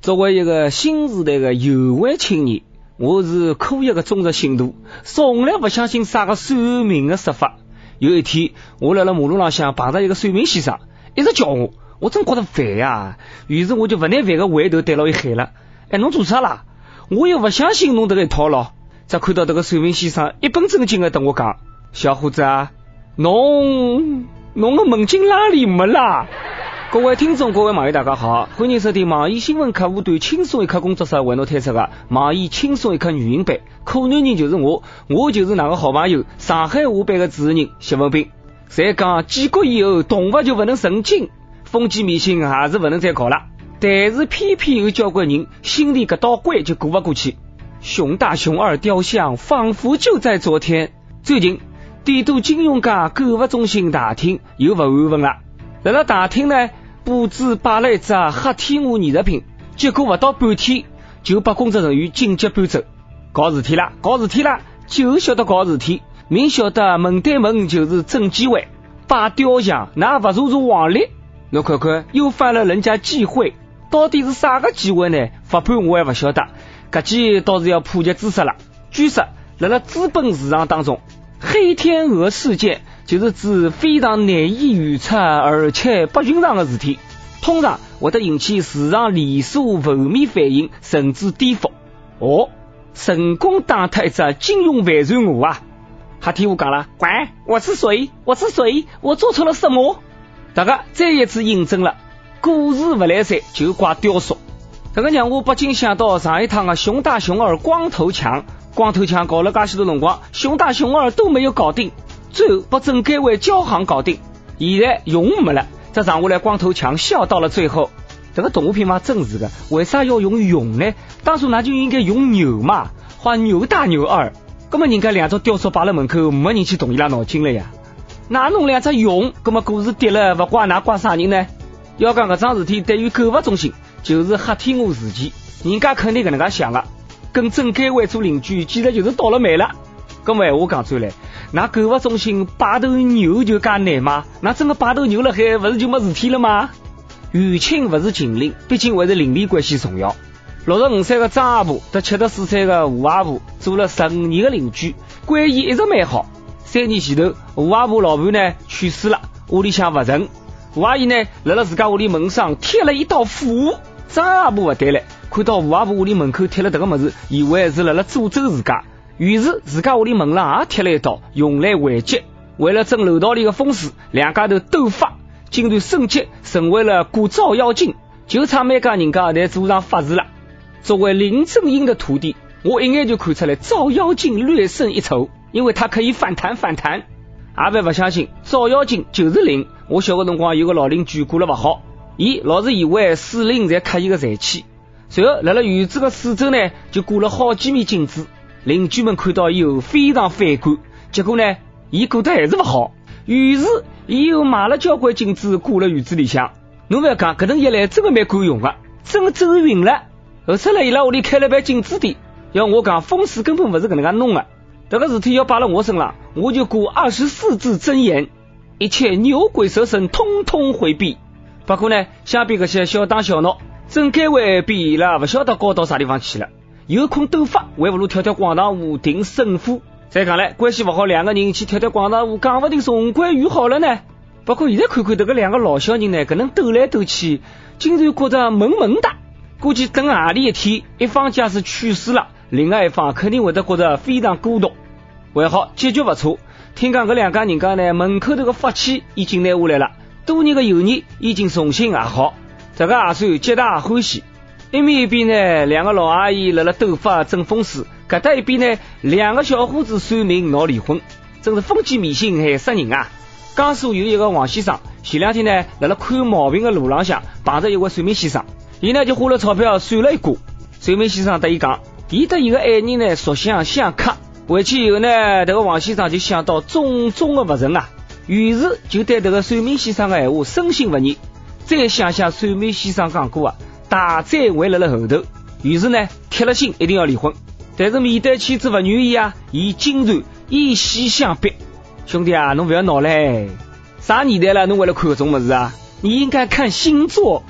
作为一个新时代的有为青年，我是科学的忠实信徒，从来不相信啥个算命的说法。有一天，我辣辣马路上向碰到一个算命先生，一直叫我真觉得烦呀。于是我就不耐烦的回头对牢伊喊了：“哎，侬做啥啦？我又不相信侬这个一套咯。”再看到这个算命先生一本正经的对我讲：“小伙子啊，侬的梦境哪里没啦？”各位听众，各位网友大家好，欢迎收听网易新闻客户端轻松一刻工作室为侬推出的网易轻松一刻语音版。可男人就是我就是那个好朋友上海话版的主持人谢文斌。侪讲建国以后动物就不能成精，封建迷信还是不能再搞了，但是偏偏有交关人心里搿道关就过不过去。熊大熊二雕像仿佛就在昨天。最近帝都金融街购物中心大厅又不安分了，辣辣大厅呢布置摆了一只黑天鹅艺术品，结果不到半天就把工作人员紧急搬走。搞事体啦，就晓得搞事体，明晓得门对门就是证监会，摆雕像那不如王力。侬看看又犯了人家忌讳，到底是啥个忌讳呢？法判我也不晓得，搿记倒是要普及知识了。据说辣辣资本市场当中，黑天鹅事件就是指非常难以预测而且不寻常的事体，通常会得引起市场连锁负面反应甚至颠覆。成功打脱一只金融反转鹅啊！黑天鹅讲了：“乖，我是谁？我做错了什么？”大家再一次印证了故事不来塞就怪雕塑。这个让我不禁想到上一趟的熊大熊二光头强搞了介许多辰光，熊大熊二都没有搞定，最后把证监会交行搞定，现在用没了，这让我来光头强笑到了最后。这个动物片嘛真是的，为啥要用熊呢？当初那就应该用牛嘛，画牛大牛二，那么人家两只雕塑摆在门口，没人去动伊拉脑筋了呀。那弄两只熊，那么故事跌了不怪哪怪啥人呢？要讲搿桩事体对于购物中心就是黑天鹅事件，人家肯定搿能介想了，跟证监会做邻居简直就是倒了霉了。搿么我讲转来，那购物中心摆头牛就介难吗？那真的摆头牛了海不是就没事体了吗？远亲不是近邻，毕竟还是邻里关系重要。65岁的张阿婆和74岁的吴阿婆做了15年的邻居，关系一直蛮好。3年前头，吴阿婆老婆呢去世了，屋里向不沉，吴阿姨呢辣辣自家屋里门上贴了一道符。张阿婆不对了，看到吴阿婆屋里门口贴了这个么子，以为是辣辣诅咒自家，于是自家屋里门上也贴了一道，用来还击。为了争楼道里的风水，两家头斗法，竟然升级成为了古照妖镜，就差每家人家在做上法事了。作为林正英的徒弟，我一眼就看出来照妖镜略胜一筹，因为它可以反弹。阿伯不相信照妖镜就是灵。我小个辰光有个老邻居过了不好，伊老是以为水灵才克伊个财气，随后辣辣院子的四周呢就挂了好几面镜子，邻居们看到以后非常反感，结果呢伊过得还是不好，于是伊又买了交关镜子挂了院子里向。侬不要讲，搿能一来真的蛮管用的，真的走运了。后出来伊拉屋里开了爿镜子店，要我讲风水根本不是搿能介弄的，这个事体要摆了我身上，我就过24字真言，一切牛鬼蛇神通通回避。不过呢，相比搿些小打小闹，证监会比伊拉不晓得高到啥地方去了，有空斗法还不如跳跳广场舞定胜负。再讲了，关系不好两个人去跳跳广场舞，讲不定重归于好了呢。不过现在看看这个两个老小人呢，搿能斗来斗去，竟然觉得萌萌哒。估计等何里一天，一方假使去世了，另外一方肯定会得觉得非常孤独。还好结局不错，听讲搿两家人家呢，门口头个法器已经拿下来了，多年的友谊已经重新和好，这个也算皆大欢喜。一面一边呢，两个老阿姨辣辣斗法争风水，搿搭一边呢，两个小伙子算命闹离婚，真是封建迷信害死人啊！江苏有一个王先生，前两天呢辣辣看毛病的路浪向碰着一位算命先生，伊呢就花了钞票算了一卦。算命先生对伊讲，伊和伊个爱人呢属相相克，回去以后呢，这个王先生就想到种种的不顺啊，于是就对这个算命先生的闲话深信不疑。再想想算命先生讲过啊，大灾会辣辣后头，于是呢铁了心一定要离婚。但是面对妻子不愿意啊，伊竟然以死相逼。兄弟啊，侬不要闹嘞，啥年代了侬为了看这种么子啊？你应该看星座。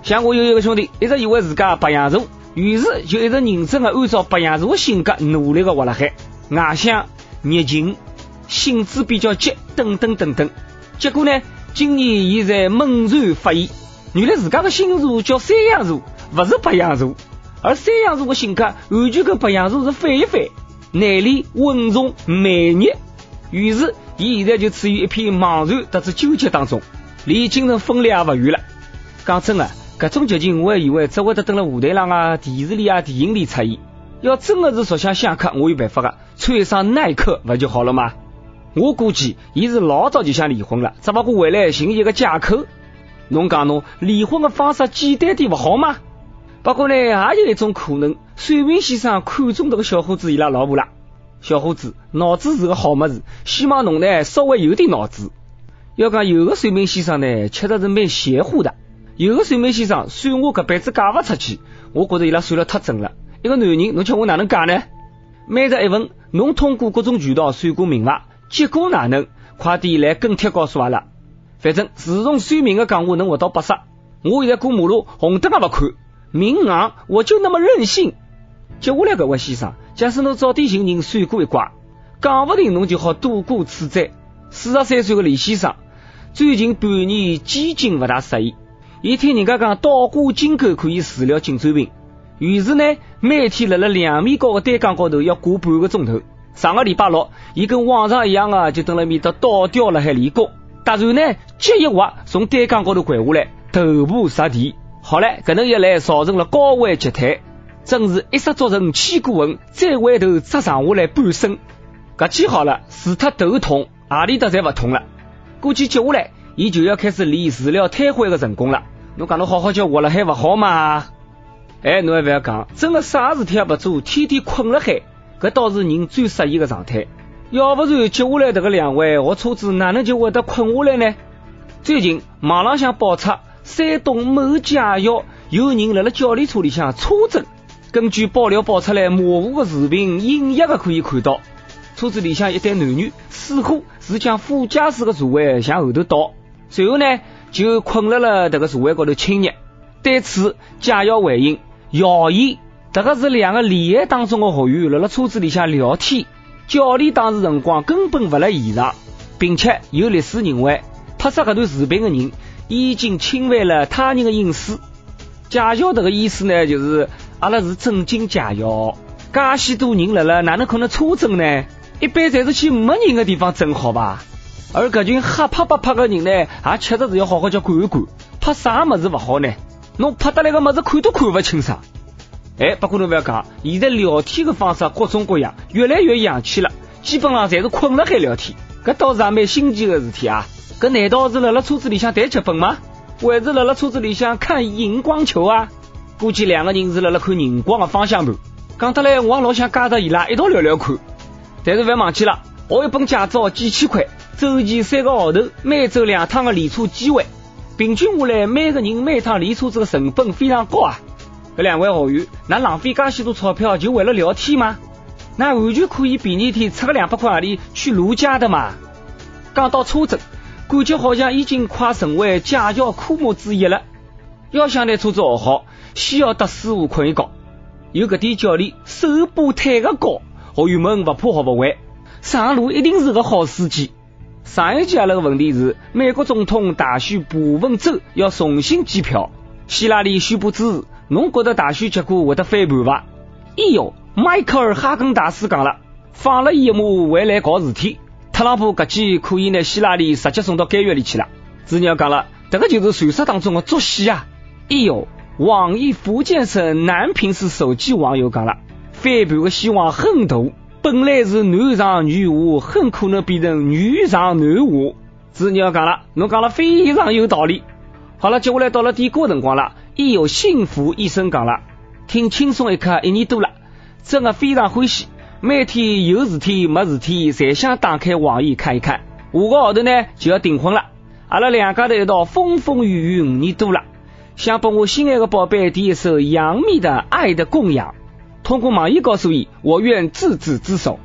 像我有一个兄弟，一直以为自家白羊座，于是就一直认真的按照白羊座的性格努力的活了海，外向、热情、性子比较急等等等等。结果呢，今年伊在猛然发现，原来自家的星座叫山羊座，不是白羊座，而山羊座的性格完全跟白羊座是反一反，内敛、稳重、慢热。于是伊现在就处于一片茫然特子纠结当中，离精神分裂也不远了。讲真的，搿种剧情我还以为只会得登了舞台上啊、电视里啊、电影里出现。要真的是属相相克，我有办法的，穿上耐克不就好了吗？我估计伊是老早就想离婚了，只不过回来寻一个借口。侬讲侬离婚的方式简单点不好吗？不过呢，还有一种可能，算命先生看中这个小伙子伊拉老婆了。小伙子脑子是个好么子，希望侬呢稍微有点脑子。要讲有个算命先生呢，确实是蛮邪乎的。有个算命先生算我搿辈子嫁不出去，我觉得伊拉算了太准了。一个男人，侬叫我哪能嫁呢？每日一问，侬通过各种渠道算过命伐？结果哪能？快点来跟帖告诉阿拉。反正自从算命的讲话能活到80，我现在过马路红灯也不看，明硬我就那么任性。接下来搿位先生，假使侬早点寻人算过一卦，讲不定侬就好躲过此灾。43岁的李先生，最近半年肩颈不大适意，伊听人家讲倒挂金钩可以治疗颈椎病，于是呢每天辣辣2米高的单杠高头要挂半个钟头。上个礼拜六，伊跟往常一样啊，就等了面搭倒吊了海练功，突然呢脚一滑，从单杠高头跪下来，头部着地。好了，搿能一来造成了高位截瘫，真是一失足成千古恨，再回头只剩下来半身。搿记好了，除脱头痛，何里搭侪勿痛了。估计接下来，伊就要开始练治疗瘫痪的成功了。侬讲侬好好叫活了海勿好嘛？哎，侬还勿要讲，真的啥事体也不做，天天困了海。搿倒是人最适宜的状态，要不然接下来这个2位学车子哪能就会得困下来呢？最近网浪向爆出山东某驾校有人辣辣教练车里向车震，根据爆料爆出来模糊的视频，隐约的可以看到车子里向一对男女似乎是将副驾驶的座位向后头倒，随后呢就困辣了这个座位高头亲热。对此驾校回应谣言，这个是2个恋爱当中的学员辣辣车子里向聊天，教练当时辰光根本不辣现场，并且有律师认为拍摄这段视频的人已经侵犯了他人的隐私。驾校这个意思呢，就是阿拉是正经驾校，介许多人辣辣，哪能可能车震呢？一般侪是去没人的地方震好吧。而搿群瞎拍八拍的人呢，也确实是要好好叫管一管，拍啥么子不好呢？侬拍得来个么子看都看不清爽。哎，不过侬不要讲，现在聊天的方式各种各样，越来越洋气了，基本上侪是困了海聊天，搿倒是也蛮新奇的事体啊。搿难道是辣辣车子里向谈剧本吗？还是辣辣车子里向看荧光球啊？估计2个人是辣辣看荧光的方向盘。讲得来我老想加着伊拉一道聊聊看，但是勿要忘记了，学一本驾照几千块，周期3个号头，每周2趟的练车机会，平均下来每个人每趟练车子的成本非常高啊。搿2位学员，那浪费介许多钞票就为了聊天吗？那完全可以便宜天出个200块钿去如家的嘛。讲到车震，感觉好像已经快成为驾校科目之一了。要想拿车子学好，先要得师傅困一觉。有搿点教练手把腿个高，学员们不怕学不会，上路一定是个好司机。上一期阿拉个问题是，美国总统大选部分州要重新计票，希拉里宣布支持，侬觉得大选结果会得翻盘伐？迈克尔哈根大师讲了，放了伊一马回来搞事体，特朗普搿记可以拿希拉里直接送到监狱里去了。子鸟讲了，这个就是传说当中的作戏啊。网易福建省南平市手机网友讲了，翻盘的希望很大，本来是男上女下，很可能变成女上男下。子鸟讲了，侬讲了非常有道理。好了，接下来到了点歌辰光了。幸福医生讲了，听轻松一刻1年多了，真的非常欢喜，每天有事体没事体侪想打开网易看一看。下个号头呢就要订婚了，阿拉2家头一道风风雨雨5年多了，想帮我心爱的宝贝点一首杨幂的《爱的供养》，通过网易告诉伊，我愿执子之手。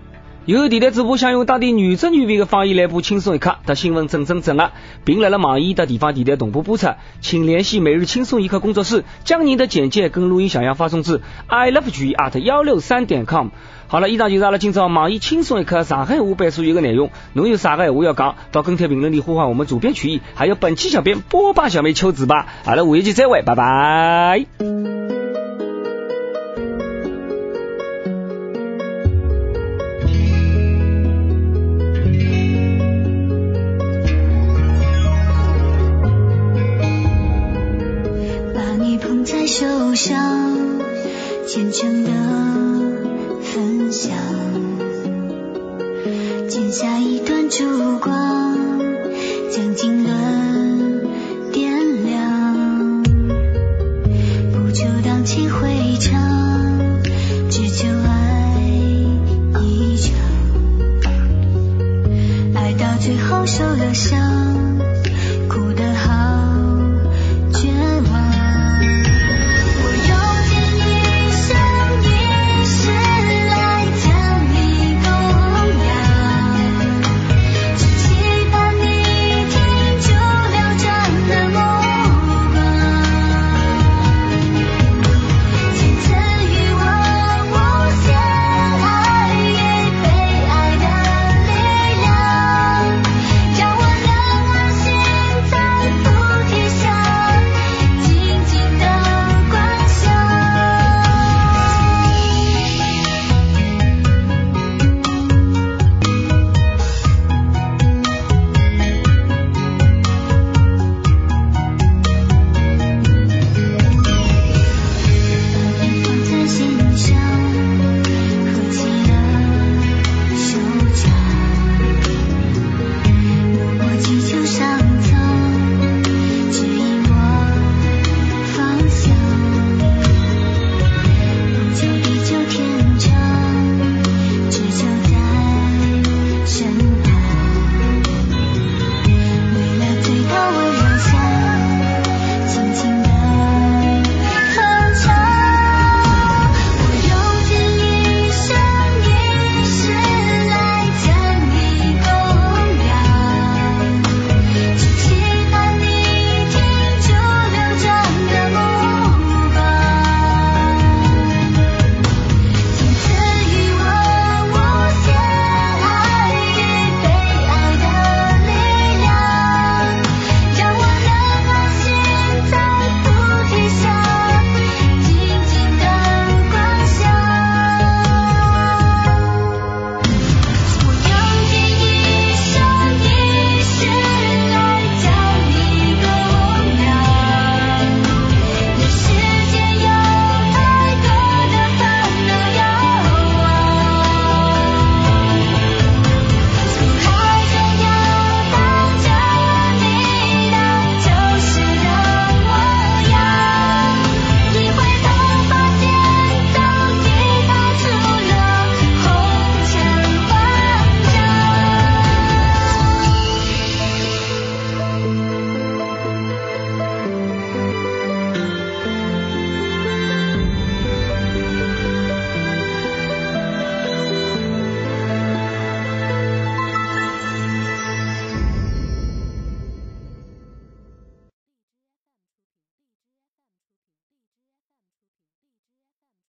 有电台主播想用当地原汁原味的方言来播轻松一刻，搭新闻正啊，并来了网易的地方电台同步播出，请联系每日轻松一刻工作室，将您的简介跟录音想要发送至 iLoveGY@163.com。好了，以上就是阿拉今朝网易轻松一刻上海话版所有的内容。侬有啥个话要讲，到跟帖评论里呼唤我们主编曲艺，还有本期小编波霸小妹秋子吧。好了，下一期再会，拜拜。 手上虔诚的分享，剪下一段烛光，将经纶点亮，不求荡气回肠，只求爱一场，爱到最后受了伤。